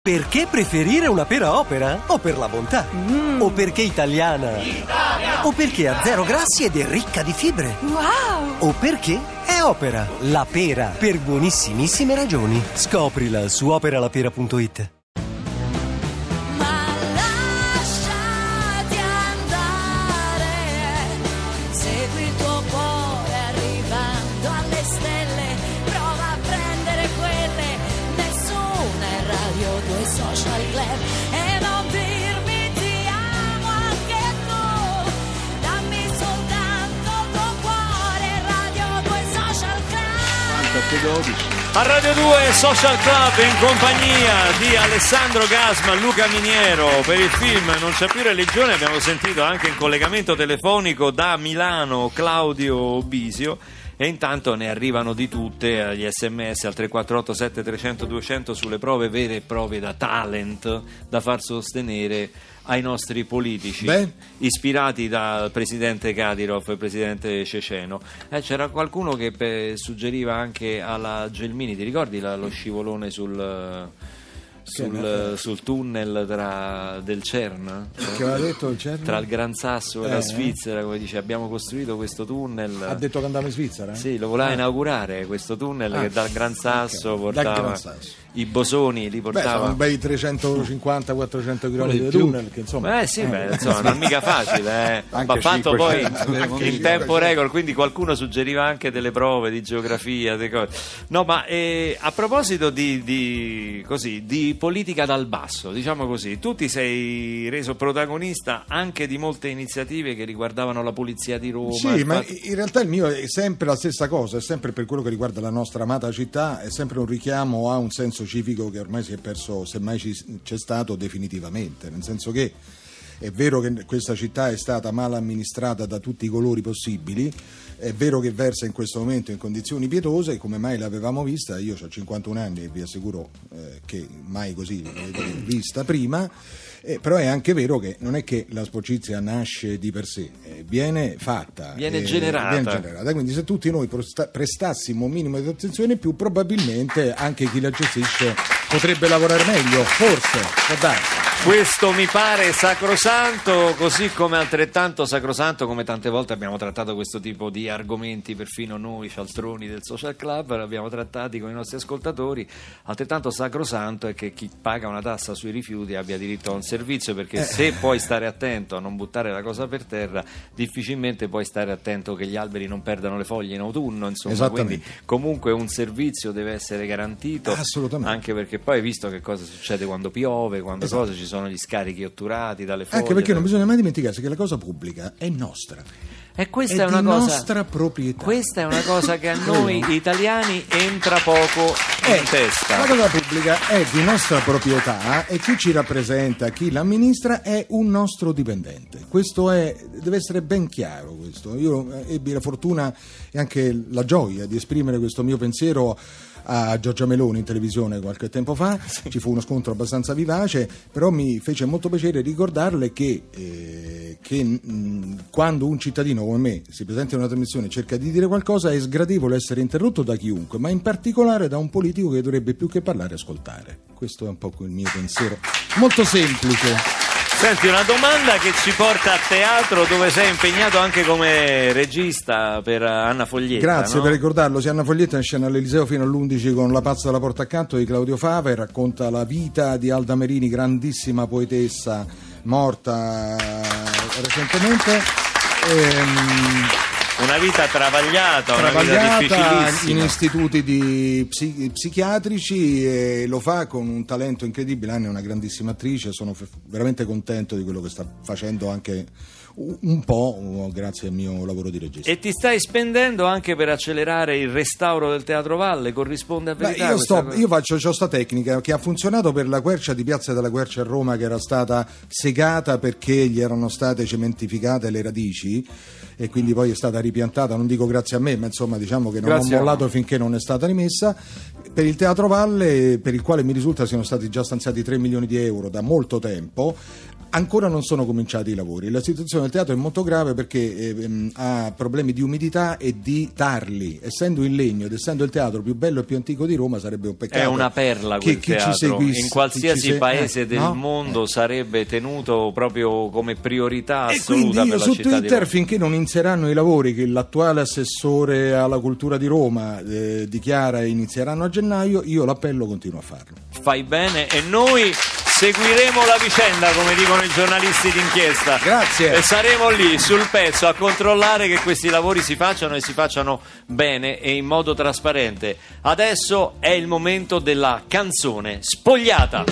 Perché preferire una pera Opera? O per la bontà? O perché italiana? Italia! O perché ha zero grassi ed è ricca di fibre? Wow! O perché è Opera, la pera, per buonissimissime ragioni. Scoprila su operalapera.it. Social Club e non dirmi ti amo anche tu, dammi soltanto il tuo cuore. Radio 2 Social Club. A Radio 2 Social Club in compagnia di Alessandro Gasman, Luca Miniero. Per il film Non c'è più religione abbiamo sentito anche in collegamento telefonico da Milano Claudio Bisio. E intanto ne arrivano di tutte gli sms al 348 7300 200 sulle prove vere e proprie da talent da far sostenere ai nostri politici, ispirati dal presidente Kadyrov e il presidente Ceceno. C'era qualcuno che suggeriva anche alla Gelmini, ti ricordi lo scivolone sul tunnel del CERN? Che aveva detto il CERN? Tra il Gran Sasso e la Svizzera, come dice, abbiamo costruito questo tunnel. Ha detto che andava in Svizzera? Sì, lo voleva inaugurare questo tunnel che dal Gran Sasso portava i bosoni, li portava. Sono bei 350-400 km di tunnel, che insomma. Insomma, non è mica facile, ma fatto poi in tempo record, quindi qualcuno suggeriva anche delle prove di geografia, delle cose. No, ma a proposito di politica dal basso, diciamo così, tu ti sei reso protagonista anche di molte iniziative che riguardavano la polizia di Roma. Sì, ma in realtà il mio è sempre la stessa cosa, è sempre per quello che riguarda la nostra amata città, è sempre un richiamo a un senso civico che ormai si è perso, semmai c'è stato definitivamente, nel senso che è vero che questa città è stata mal amministrata da tutti i colori possibili, è vero che versa in questo momento in condizioni pietose, come mai l'avevamo vista, io ho 51 anni e vi assicuro che mai così l'avete vista prima, però è anche vero che non è che la sporcizia nasce di per sé, viene fatta, viene generata, quindi se tutti noi prestassimo un minimo di attenzione più, probabilmente anche chi la gestisce potrebbe lavorare meglio, forse, può darsi. Questo mi pare sacrosanto, così come altrettanto sacrosanto, come tante volte abbiamo trattato questo tipo di argomenti, perfino noi cialtroni del Social Club l'abbiamo trattati con i nostri ascoltatori, altrettanto sacrosanto è che chi paga una tassa sui rifiuti abbia diritto a un servizio, perché se puoi stare attento a non buttare la cosa per terra, difficilmente puoi stare attento che gli alberi non perdano le foglie in autunno, insomma, quindi comunque un servizio deve essere garantito, anche perché poi visto che cosa succede quando piove, quando cose, ci sono gli scarichi otturati dalle foglie. Anche perché non bisogna mai dimenticarsi che la cosa pubblica è nostra. E questa è una cosa, nostra proprietà. Questa è una cosa che a noi italiani entra poco in testa. La cosa pubblica è di nostra proprietà e chi ci rappresenta, chi l'amministra è un nostro dipendente. Questo deve essere ben chiaro. Questo. Io ebbi la fortuna e anche la gioia di esprimere questo mio pensiero a Giorgia Meloni in televisione qualche tempo fa, ci fu uno scontro abbastanza vivace, però mi fece molto piacere ricordarle che quando un cittadino come me si presenta in una trasmissione e cerca di dire qualcosa è sgradevole essere interrotto da chiunque, ma in particolare da un politico che dovrebbe più che parlare ascoltare. Questo è un po' il mio pensiero, molto semplice. Senti, una domanda che ci porta a teatro, dove sei impegnato anche come regista per Anna Foglietta. Grazie, no? Per ricordarlo, sì, Anna Foglietta è in scena all'Eliseo fino all'11 con La pazza dalla porta accanto di Claudio Fava e racconta la vita di Alda Merini, grandissima poetessa morta recentemente. Una vita travagliata, una vita difficilissima. In istituti psichiatrici, e lo fa con un talento incredibile. Anna è una grandissima attrice, sono veramente contento di quello che sta facendo anche un po' grazie al mio lavoro di regista. E ti stai spendendo anche per accelerare il restauro del Teatro Valle, corrisponde a verità? Io faccio questa tecnica che ha funzionato per la quercia di Piazza della Quercia a Roma, che era stata segata perché gli erano state cementificate le radici e quindi poi è stata ripiantata, non dico grazie a me, ma insomma diciamo che non ho mollato finché non è stata rimessa. Per il Teatro Valle, per il quale mi risulta siano stati già stanziati 3 milioni di euro da molto tempo, Ancora non sono cominciati i lavori. La situazione del teatro è molto grave perché ha problemi di umidità e di tarli. Essendo in legno ed essendo il teatro più bello e più antico di Roma, sarebbe un peccato. È una perla quel teatro. In qualsiasi paese del no? mondo sarebbe tenuto proprio come priorità E assoluta quindi per io la su città di Twitter, Roma. finché non inizieranno i lavori che l'attuale assessore alla cultura di Roma dichiara inizieranno a gennaio, io l'appello continuo a farlo. Fai bene, e noi seguiremo la vicenda, come dicono i giornalisti d'inchiesta. Grazie. E saremo lì sul pezzo a controllare che questi lavori si facciano e si facciano bene e in modo trasparente. Adesso è il momento della canzone spogliata.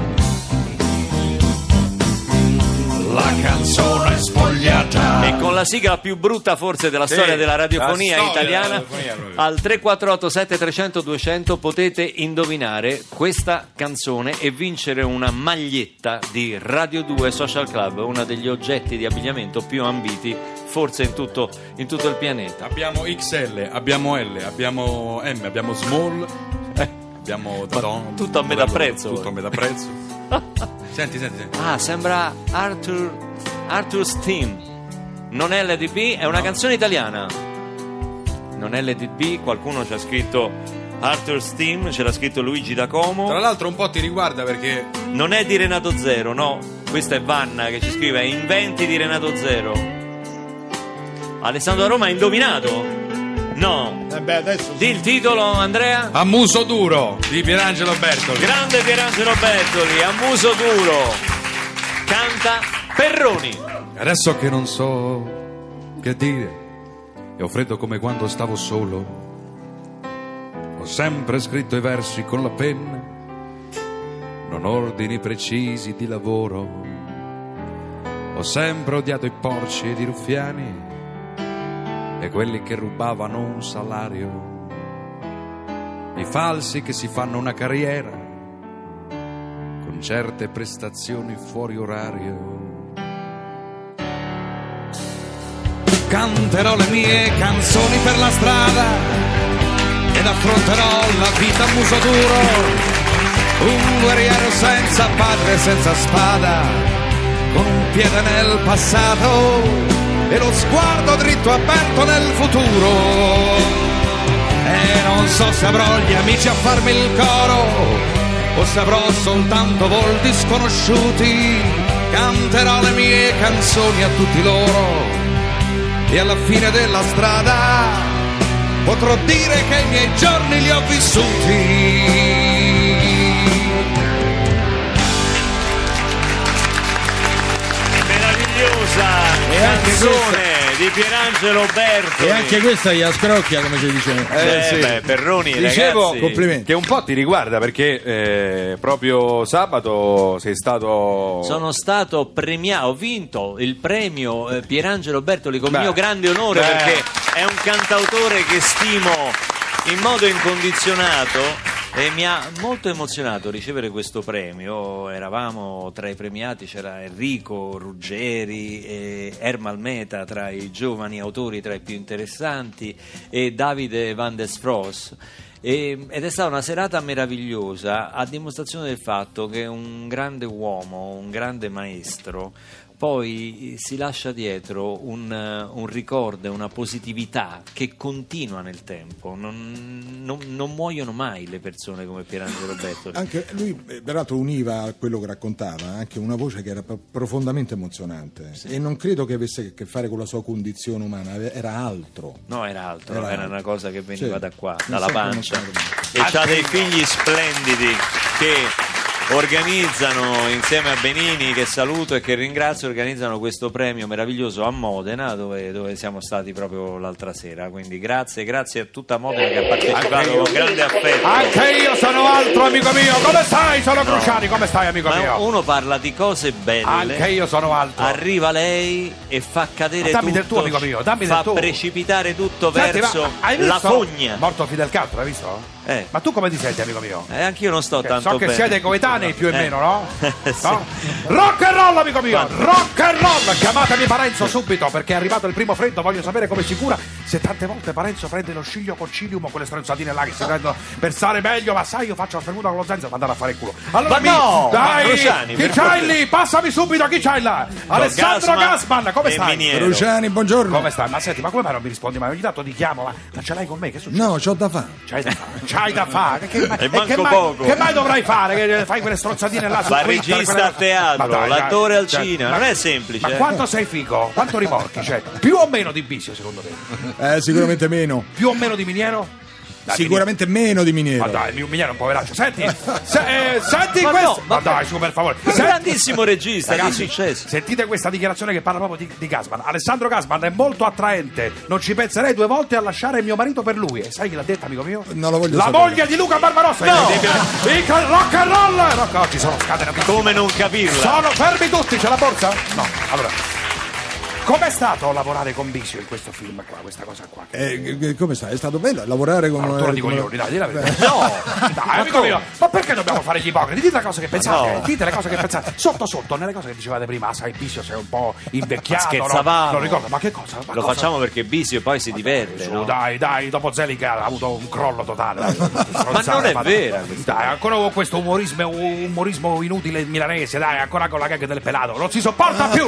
La canzone spogliata. E con la sigla più brutta forse della storia della radiofonia la storia italiana, della radiofonia proprio. al 348 7300 200 potete indovinare questa canzone e vincere una maglietta di Radio 2 Social Club, uno degli oggetti di abbigliamento più ambiti forse in tutto il pianeta. Abbiamo XL, abbiamo L, abbiamo M, abbiamo small, abbiamo Dadon, tutto a metà prezzo. Tutto a metà prezzo. Senti. Ah, sembra Arthur's Theme. Non è LDB, è una canzone italiana. Non è LDB, qualcuno ci ha scritto Arthur's Theme, ce l'ha scritto Luigi da Como. Tra l'altro un po' ti riguarda perché Non è di Renato Zero, no. Questa è Vanna che ci scrive Inventi di Renato Zero. Alessandro da Roma ha indovinato? No. Adesso Di il titolo, Andrea? A muso duro di Pierangelo Bertoli. Grande Pierangelo Bertoli, a muso duro. Canta Perroni. Adesso che non so che dire e ho freddo come quando stavo solo, ho sempre scritto i versi con la penna, non ordini precisi di lavoro, ho sempre odiato i porci ed i ruffiani e quelli che rubavano un salario, i falsi che si fanno una carriera con certe prestazioni fuori orario. Canterò le mie canzoni per la strada ed affronterò la vita a muso duro, un guerriero senza padre e senza spada, con un piede nel passato e lo sguardo dritto aperto nel futuro. E non so se avrò gli amici a farmi il coro o se avrò soltanto volti sconosciuti. Canterò le mie canzoni a tutti loro e alla fine della strada potrò dire che i miei giorni li ho vissuti. Canzone di Pierangelo Bertoli. E anche questa gli scrocchia, come si dice. Sì. Beh, Perroni, Dicevo, ragazzi. complimenti. che un po' ti riguarda perché proprio sabato sei stato... Sono stato premiato, ho vinto il premio Pierangelo Bertoli con Beh, mio grande onore, beh. perché è un cantautore che stimo in modo incondizionato e mi ha molto emozionato ricevere questo premio. Eravamo tra i premiati, c'era Enrico Ruggeri e Ermal Meta tra i giovani autori tra i più interessanti e Davide Van der Spross. Ed è stata una serata meravigliosa, a dimostrazione del fatto che un grande uomo, un grande maestro, poi si lascia dietro un ricordo e una positività che continua nel tempo. Non muoiono mai le persone come Pierangelo Bertoli. Anche lui, peraltro, univa a quello che raccontava anche una voce che era profondamente emozionante, e non credo che avesse a che fare con la sua condizione umana, era altro. No, era altro, Era era altro. una cosa che veniva Sì. da qua, Mi dalla sa che non pancia. sono E c'ha dei figli splendidi che organizzano, insieme a Benini, che saluto e che ringrazio, organizzano questo premio meraviglioso a Modena, dove siamo stati proprio l'altra sera. Quindi grazie a tutta Modena che ha partecipato con grande affetto. Anche io sono altro, amico mio. Come stai? Sono Cruciani, come stai, amico Ma mio? uno parla di cose belle. Anche io sono altro. Arriva lei e fa cadere Ma dammi tutto, del tuo, amico mio, dammi fa del tuo. precipitare tutto Senti, verso ma hai la visto? fogna. Morto Fidel Castro, hai visto? Eh. Ma tu come ti senti, amico mio? Anch'io non sto tanto So che bene. siete coetanei più o meno, no? Sì. No? Rock and roll, amico mio! Guarda. Rock and roll! Chiamatemi Parenzo subito, perché è arrivato il primo freddo, voglio sapere come si cura. Se tante volte Parenzo prende lo sciglio concilium o quelle stronzatine là che si prendono per stare meglio, ma sai, io faccio la spremuta con lo zenzero, ma andare a fare il culo. Allora Ma no! dai, Cruciani, Chi per c'hai favore. lì? Passami subito, chi c'hai là? Alessandro Gassman, come e stai? Miniero. Cruciani, buongiorno. Come stai? Ma senti, ma come mai non mi rispondi mai? Ogni tanto ti chiamo, ma ce l'hai con me? Che succede? No, c'ho da fare. C'hai da fare, c'hai da fare. E manco poco. Che mai dovrai fare? Che fai quelle strozzatine là su Ma Twitter, regista quelle a teatro, Ma dai, l'attore al cioè, cinema, non è semplice. Ma quanto sei figo? Quanto rimorchi? Cioè, più o meno di Bisio, secondo te? Sicuramente meno. Più o meno di Miniero? Dai, Sicuramente meno di Miniero. Ma dai, Miniero è un poveraccio. Senti, senti Ma questo. no, ma ma- dai, su, per favore. Un grandissimo regista di Ragazzi, successo. sentite questa dichiarazione che parla proprio di Gassman. Alessandro Gassman è molto attraente. Non ci penserei 2 volte a lasciare mio marito per lui. E sai chi l'ha detta, amico mio? Non lo voglio La sapere. moglie di Luca Barbarossa. No! Il rock and roll. Oggi sono scatenatissimo. Come non capirla? Sono fermi tutti, c'è la borsa? No, allora. Com'è stato lavorare con Bisio in questo film qua, questa cosa qua? Come sai? È stato bello lavorare con Rottura di coglioni, dai, di la verità. No, dai, amico mio, ma perché dobbiamo fare gli ipocriti? Dite le cose che pensate, no. dite le cose che pensate. Sotto sotto, nelle cose che dicevate prima, sai, Bisio sei un po' invecchiato, Scherzavamo. no? Non ricordo, ma che cosa? Ma Lo cosa? facciamo perché Bisio poi si diverte, Su, no? dai, dopo Zelig ha avuto un crollo totale. Ma non è vera questa Dai, ancora con questo umorismo inutile milanese, dai, ancora con la gag del pelato, non si sopporta più.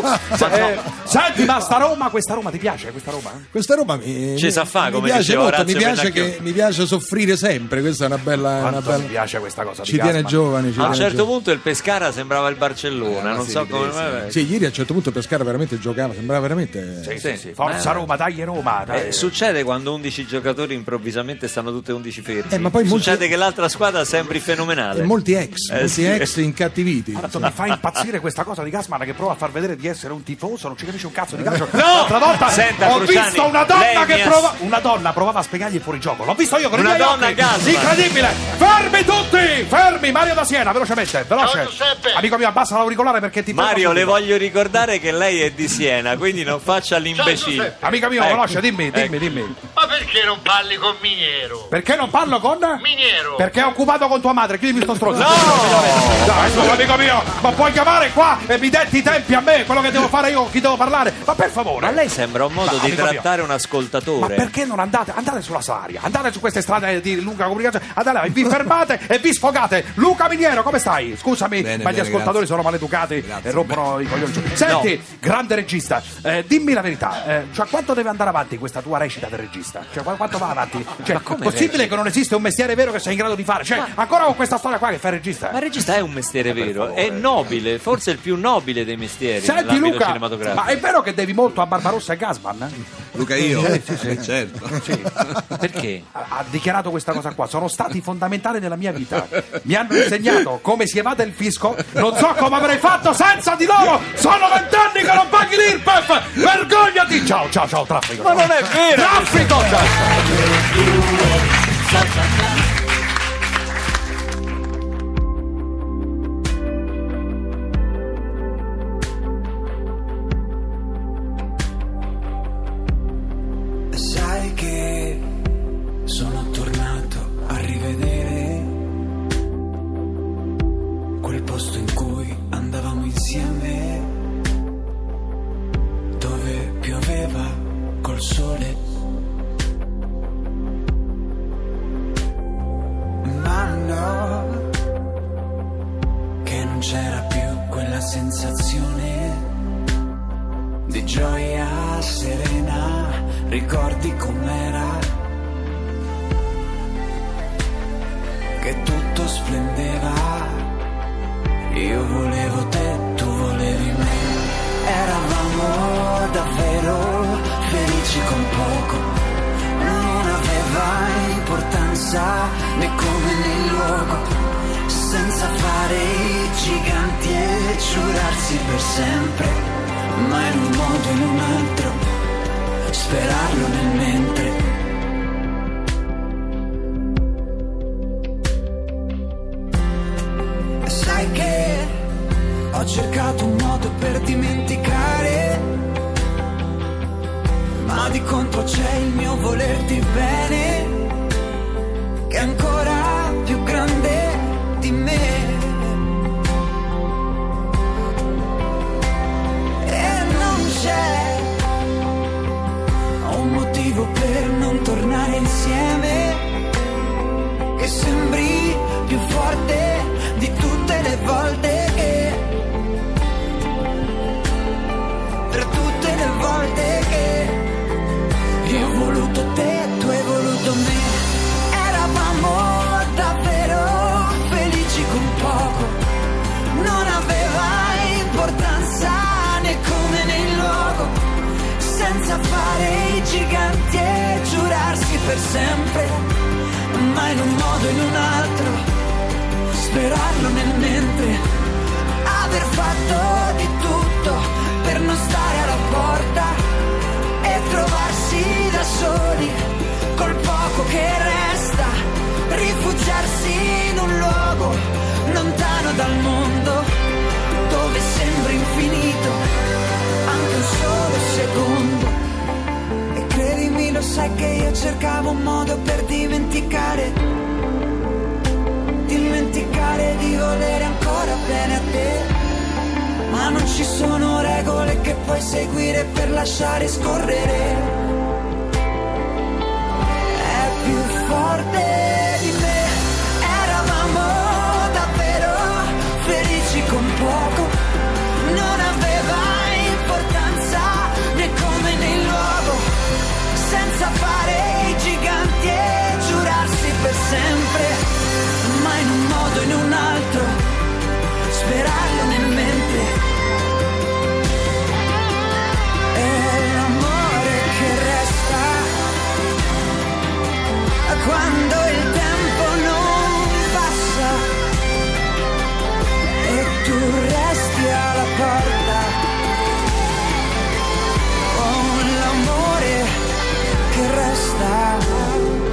Senti, ma questa Roma ti piace? Questa Roma? Questa roba mi Ci sa fa, mi come piace diceva molto, Orazio che mi piace soffrire sempre, questa è una bella, Quanto mi piace questa cosa di ci tiene Gassman. giovani, ci A un tiene certo giovani. punto il Pescara sembrava il Barcellona, non so come mai. Sì, ieri a un certo punto Pescara veramente giocava, sembrava veramente Sì. Forza Roma, dai Roma, dai. Succede quando 11 giocatori improvvisamente stanno tutti 11 fermi. ma poi molti- succede che l'altra squadra sembri fenomenale. e molti ex sì. incattiviti. Adesso mi fa impazzire questa cosa di Gassman che prova a far vedere di essere un tifoso, non ci capisce un cazzo di calcio. No! L'altra volta Senta, ho Cruciani, visto una donna lei che mi ha- una donna provava a spiegargli il fuorigioco. L'ho visto io con i Una miei donna occhi. Gassman. Incredibile! Fermi tutti! Fermi! Mario da Siena, velocemente, veloce. Ciao, Giuseppe. Amico mio, abbassa l'auricolare perché ti fermo Mario, le subito. voglio ricordare che lei è di Siena, quindi non faccia l'imbecille. Giuseppe. Amico mio, Ecco. veloce, dimmi. Ma perché non parli con Miniero? Perché non parlo con Miniero! Perché è occupato con tua madre, chiudimi sto stronzo. No! Dai, su, amico mio, ma puoi chiamare qua e mi detti i tempi a me, quello che devo fare io, con chi devo parlare? Ma per favore. Ma lei sembra un modo Ma, di amico mio, trattare un Ma ascoltatore. perché non andate sulla Salaria, andate su queste strade di lunga comunicazione, andate là, vi fermate e vi sfogate. Luca Miniero, come stai? Scusami, ma gli ascoltatori sono maleducati e rompono i coglioni. Senti, grande regista, dimmi la verità, cioè quanto deve andare avanti questa tua recita del regista? Cioè quanto va avanti? Cioè, è possibile che non esiste un mestiere vero che sei in grado di fare? Cioè, ancora con questa storia qua che fai il regista? Ma il regista è un mestiere vero, è nobile, forse il più nobile dei mestieri Senti nell'ambito Luca, cinematografico. ma è vero che devi molto a Barbarossa e Gassman? Luca, io? Certo. Perché? Ha dichiarato questa cosa qua, sono stati fondamentali nella mia vita, mi hanno insegnato come si evade il fisco, non so come avrei fatto senza di loro, sono 20 anni che non paghi l'IRPEF, vergognati. Ciao traffico, Ma non è vero! traffico, ciao. Sai che sono tornato a rivedere quel posto in cui andavamo insieme, dove pioveva col sole, ma no, che non c'era più quella sensazione di gioia serena. Ricordi com'era? Che tutto splendeva. Io volevo te, tu volevi me. Eravamo davvero felici con poco. Non aveva importanza né come né luogo. Senza fare i giganti e giurarsi per sempre, ma in un modo o in un altro sperarlo nel mentre. Sai che ho cercato un modo per dimenticare, ma di contro c'è il mio volerti bene, che è ancora più grande di me. C'è un motivo per non tornare insieme, che sembri più forte di tutte le volte che senza fare i giganti e giurarsi per sempre, ma in un modo o in un altro, sperarlo nel mentre, aver fatto di tutto per non stare alla porta e trovarsi da soli col poco che resta, rifugiarsi in un luogo lontano dal mondo dove sembra infinito anche un solo secondo. E credimi, lo sai che io cercavo un modo per dimenticare di volere ancora bene a te, ma non ci sono regole che puoi seguire per lasciare scorrere. È più forte di me, eravamo davvero felici con poco, non aveva importanza né come né il luogo, senza fare i giganti e giurarsi per sempre, ma in un modo o in un altro, sperarlo nel mentre. È l'amore che resta quando il tempo non passa e tu resti alla porta. Oh, l'amore che resta.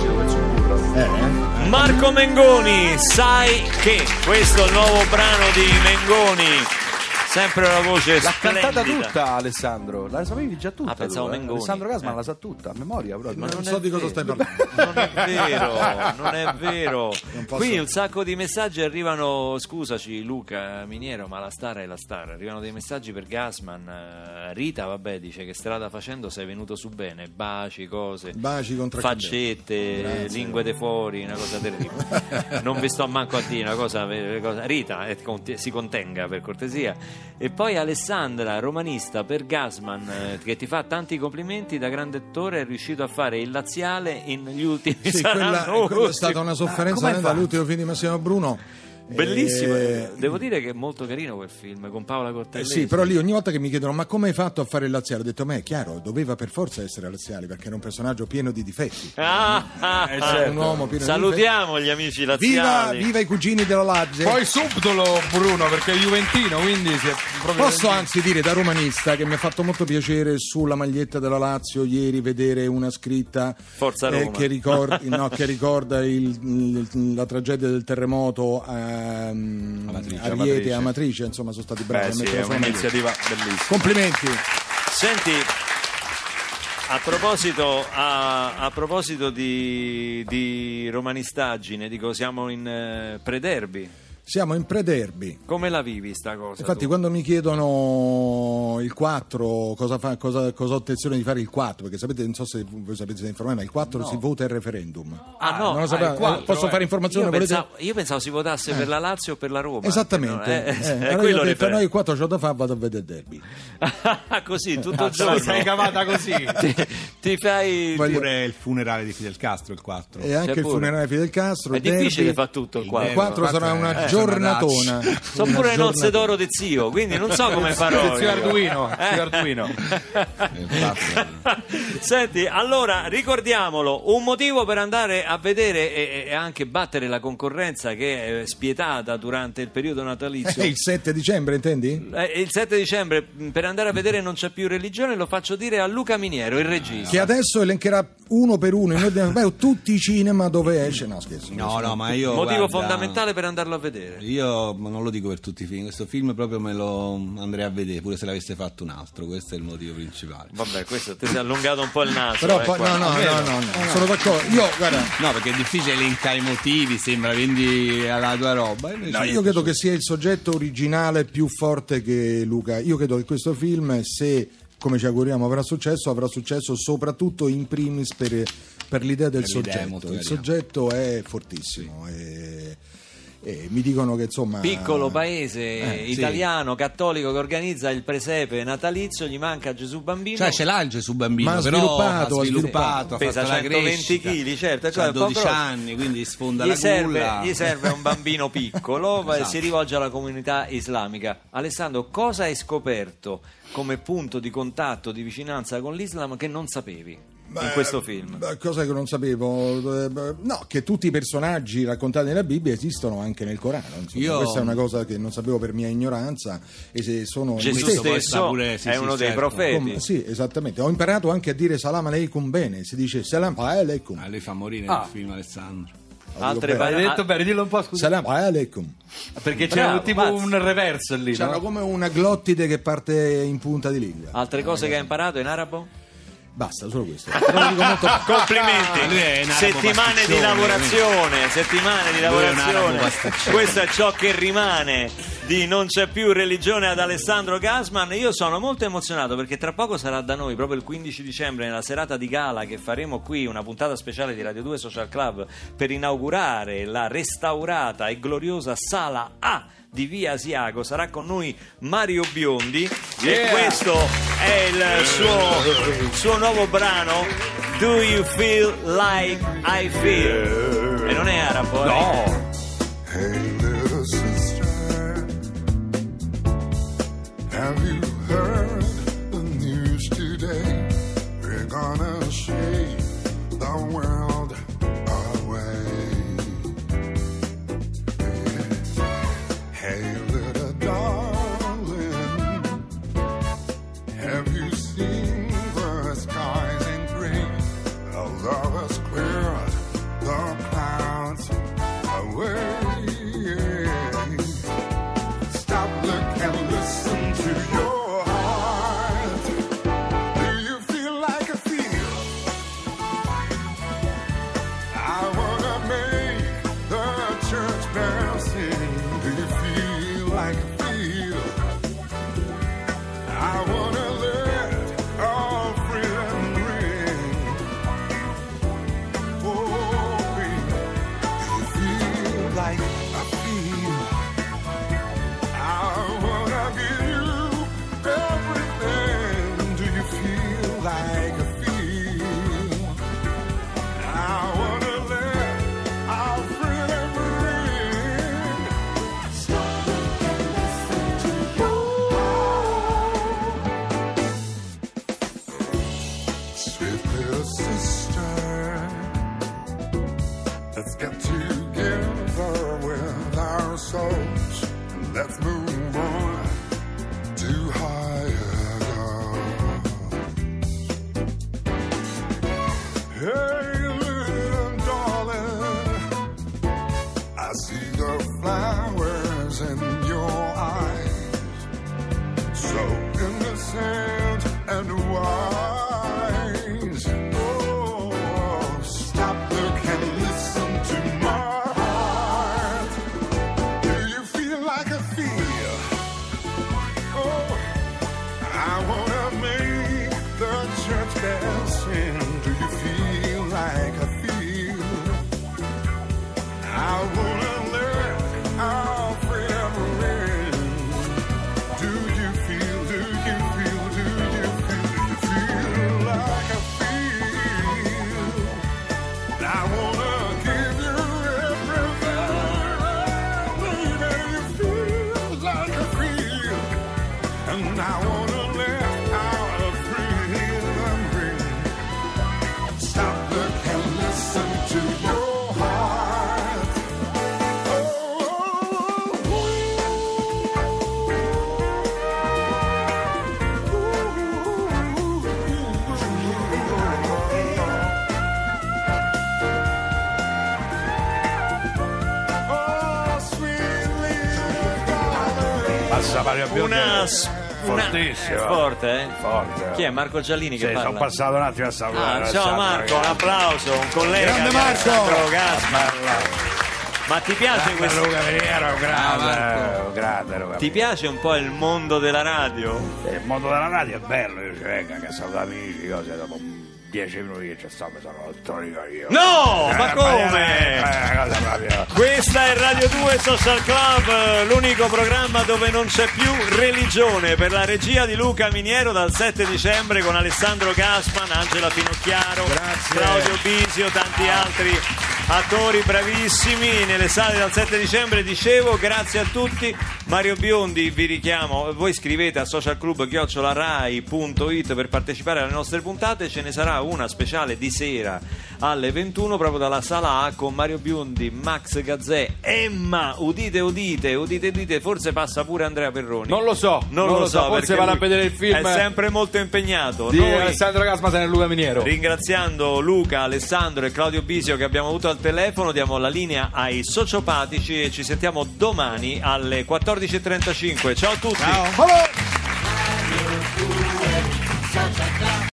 Marco Mengoni, sai che questo è il nuovo brano di Mengoni, sempre una voce L'ha splendida. cantata tutta, Alessandro. La sapevi già tutta? pensavo tu, Mengoni. Alessandro Gasman la sa tutta, a memoria proprio. Ma non so di cosa stai parlando. Non è vero, non è vero. Non posso- Qui un sacco di messaggi arrivano. Scusaci Luca Miniero, ma la star è la star. Arrivano dei messaggi per Gasman. Rita, vabbè, dice che strada facendo sei venuto su bene. Baci, cose, Baci contra faccette, Grazie. lingue de fuori, una cosa terribile. Non vi sto manco a dire una cosa. Rita, si contenga per cortesia. E poi Alessandra, romanista, per Gasman, che ti fa tanti complimenti, da grande attore è riuscito a fare il laziale negli ultimi Sì, saranno quella è ultimi. stata una sofferenza dall'ultimo film di Massimo Bruno. Bellissimo, devo dire che è molto carino quel film con Paola Cortellesi. Sì, però lì ogni volta che mi chiedono ma come hai fatto a fare il laziale, ho detto ma è chiaro, doveva per forza essere laziale perché era un personaggio pieno di difetti. Certo. Un uomo pieno Salutiamo gli amici di laziali. viva i cugini della Lazio. Poi subdolo Bruno, perché è juventino, quindi si è proprio... Posso anzi dire da romanista che mi ha fatto molto piacere sulla maglietta della Lazio ieri vedere una scritta Forza Roma. che ricorda la tragedia del terremoto a Rieti e Amatrice, insomma sono stati bravi a Beh, sì, mettere è sulla maglietta. un'iniziativa bellissima. Complimenti. Senti, a proposito di romanistaggine, dico, siamo in pre-derby. Siamo in pre-derby. Come la vivi sta cosa? Infatti tu? quando mi chiedono il 4 cosa ho intenzione di fare il 4, perché sapete, non so se voi sapete informare, ma il 4 si vota il referendum. No, non lo sapevo. il 4, Posso fare informazione? Io pensavo si votasse per la Lazio o per la Roma. Esattamente. Allora Allora io ho detto, referendum. noi il 4 c'ho da fare, vado a vedere il derby. Così tutto il Te la giorno sei cavata così. ti fai. Pure il funerale di Fidel Castro, il 4. E anche C'è il pure. funerale di Fidel Castro. È derby. difficile fare tutto il Il 4. 4 sarà una giornatona. Sono pure le nozze d'oro di zio, quindi non so come farò. Zio Arduino, zio Arduino. Senti, allora ricordiamolo, un motivo per andare a vedere e anche battere la concorrenza che è spietata durante il periodo natalizio. Il 7 dicembre, intendi? Il 7 dicembre per andare a vedere Non c'è più religione lo faccio dire a Luca Miniero, il regista. Che adesso elencherà uno per uno in ordine alfabetico tutti i cinema dove esce. No, scherzo. No, ma io. Motivo guarda, fondamentale per andarlo a vedere. Io non lo dico per tutti i film, questo film proprio me lo andrei a vedere, pure se l'avesse fatto un altro, questo è il motivo principale. Vabbè, questo ti sei allungato un po' il naso. Però poi, qua. no, sono d'accordo. Io, guarda, No, perché è difficile elencare i motivi, sembra, quindi alla tua roba. no, io credo che sia il soggetto originale più forte che Luca. Io credo che questo film, se come ci auguriamo avrà successo soprattutto in primis per l'idea del Per l'idea, è soggetto. molto Il carino. soggetto è fortissimo. mi dicono che insomma piccolo paese italiano cattolico che organizza il presepe natalizio, gli manca Gesù Bambino. Cioè ce l'ha il Gesù Bambino, Ma ha però sviluppato, ha pesa fatto la 120 crescita, kg, certo, ha 12 anni, quindi sfonda la culla. Gli serve un bambino piccolo, Esatto. si rivolge alla comunità islamica. Alessandro, cosa hai scoperto come punto di contatto, di vicinanza con l'Islam che non sapevi in questo film? Cosa che non sapevo, no, che tutti i personaggi raccontati nella Bibbia esistono anche nel Corano, insomma. Questa è una cosa che non sapevo per mia ignoranza, e se sono Gesù stesso è uno dei profeti. Sì, esattamente. Ho imparato anche a dire salam aleikum bene, si dice salam aleikum. Lei fa morire nel film, Alessandro. Altre Hai detto bene, dillo un po', scusa. Salam aleikum. Perché c'è tipo un reverso lì, C'era no? come una glottide che parte in punta di lingua. Altre cose che hai imparato in arabo? Basta, solo questo. Però lo dico molto... Complimenti, lui è un arabo settimane di pasticcione, lavorazione, questo è ciò che rimane di Non c'è più religione ad Alessandro Gasman. Io sono molto emozionato perché tra poco sarà da noi, proprio il 15 dicembre, nella serata di gala che faremo qui, una puntata speciale di Radio 2 Social Club per inaugurare la restaurata e gloriosa Sala A di Via Asiago. Sarà con noi Mario Biondi e questo è il suo nuovo brano, Do You Feel Like I Feel, e non è arabo, No. Hey little sister, have you heard the news today? We're gonna shake the world away. Hey little darling, have you seen the skies in gray? Love has cleared the clouds away. Stop, look and listen to your heart. Do you feel like I feel? I wanna make the church bells sing. Do you feel like I feel? I wanna let all freedom ring. Oh, baby, do you feel like I feel? I wanna give you everything. Do you feel like I feel? I wanna let our freedom ring. Stop and listen to your sweet little sister. Let's get together with our souls and let's move on to higher ground. Hey, little darling, I see the flowers in your eyes, so innocent and wise. Oh, stop, look and listen to my heart. Do you feel like I feel? Oh, I wanna make the church bells sing. Do you feel like I feel? I wanna let our freedom ring. Do you feel? Do you feel? Do you feel? Do you feel like I feel? I wanna give you everything. Baby, you feel like I feel. And I wanna let our freedom ring. Stop, look and listen to your heart. Passa Mario Biondi. Fortissimo. Forte, eh? Forte. Chi è? Marco Giallini che Sì, parla? sono passato un attimo a salutare. Ciao Marco, un applauso, un collega. Grande di Marco! Alessandro Gasman. Ma ti piace questo? Luca Miniero è un grande Luca. Ti piace un po' il mondo della radio? Il mondo della radio è bello, io ci vengo anche a salutare amici, cose dopo. 10 minuti che c'è stato, mi sono storico io. No, ma come? Cosa proprio. Questa è Radio 2 Social Club, l'unico programma dove non c'è più religione, per la regia di Luca Miniero dal 7 dicembre con Alessandro Gassman, Angela Finocchiaro, Claudio Bisio, tanti altri attori bravissimi nelle sale dal 7 dicembre. Dicevo, grazie a tutti. Mario Biondi, vi richiamo, voi scrivete a socialclub@rai.it per partecipare alle nostre puntate. Ce ne sarà una speciale di sera alle 21 proprio dalla sala A con Mario Biondi, Max Gazzè, Emma, udite, forse passa pure Andrea Perroni. Non lo so, forse vado a vedere il film. È sempre molto impegnato. Di Noi, Alessandro Gassman e Luca Miniero. ringraziando Luca, Alessandro e Claudio Bisio che abbiamo avuto al telefono, diamo la linea ai sociopatici e ci sentiamo domani alle 14:35. Ciao a tutti. Ciao.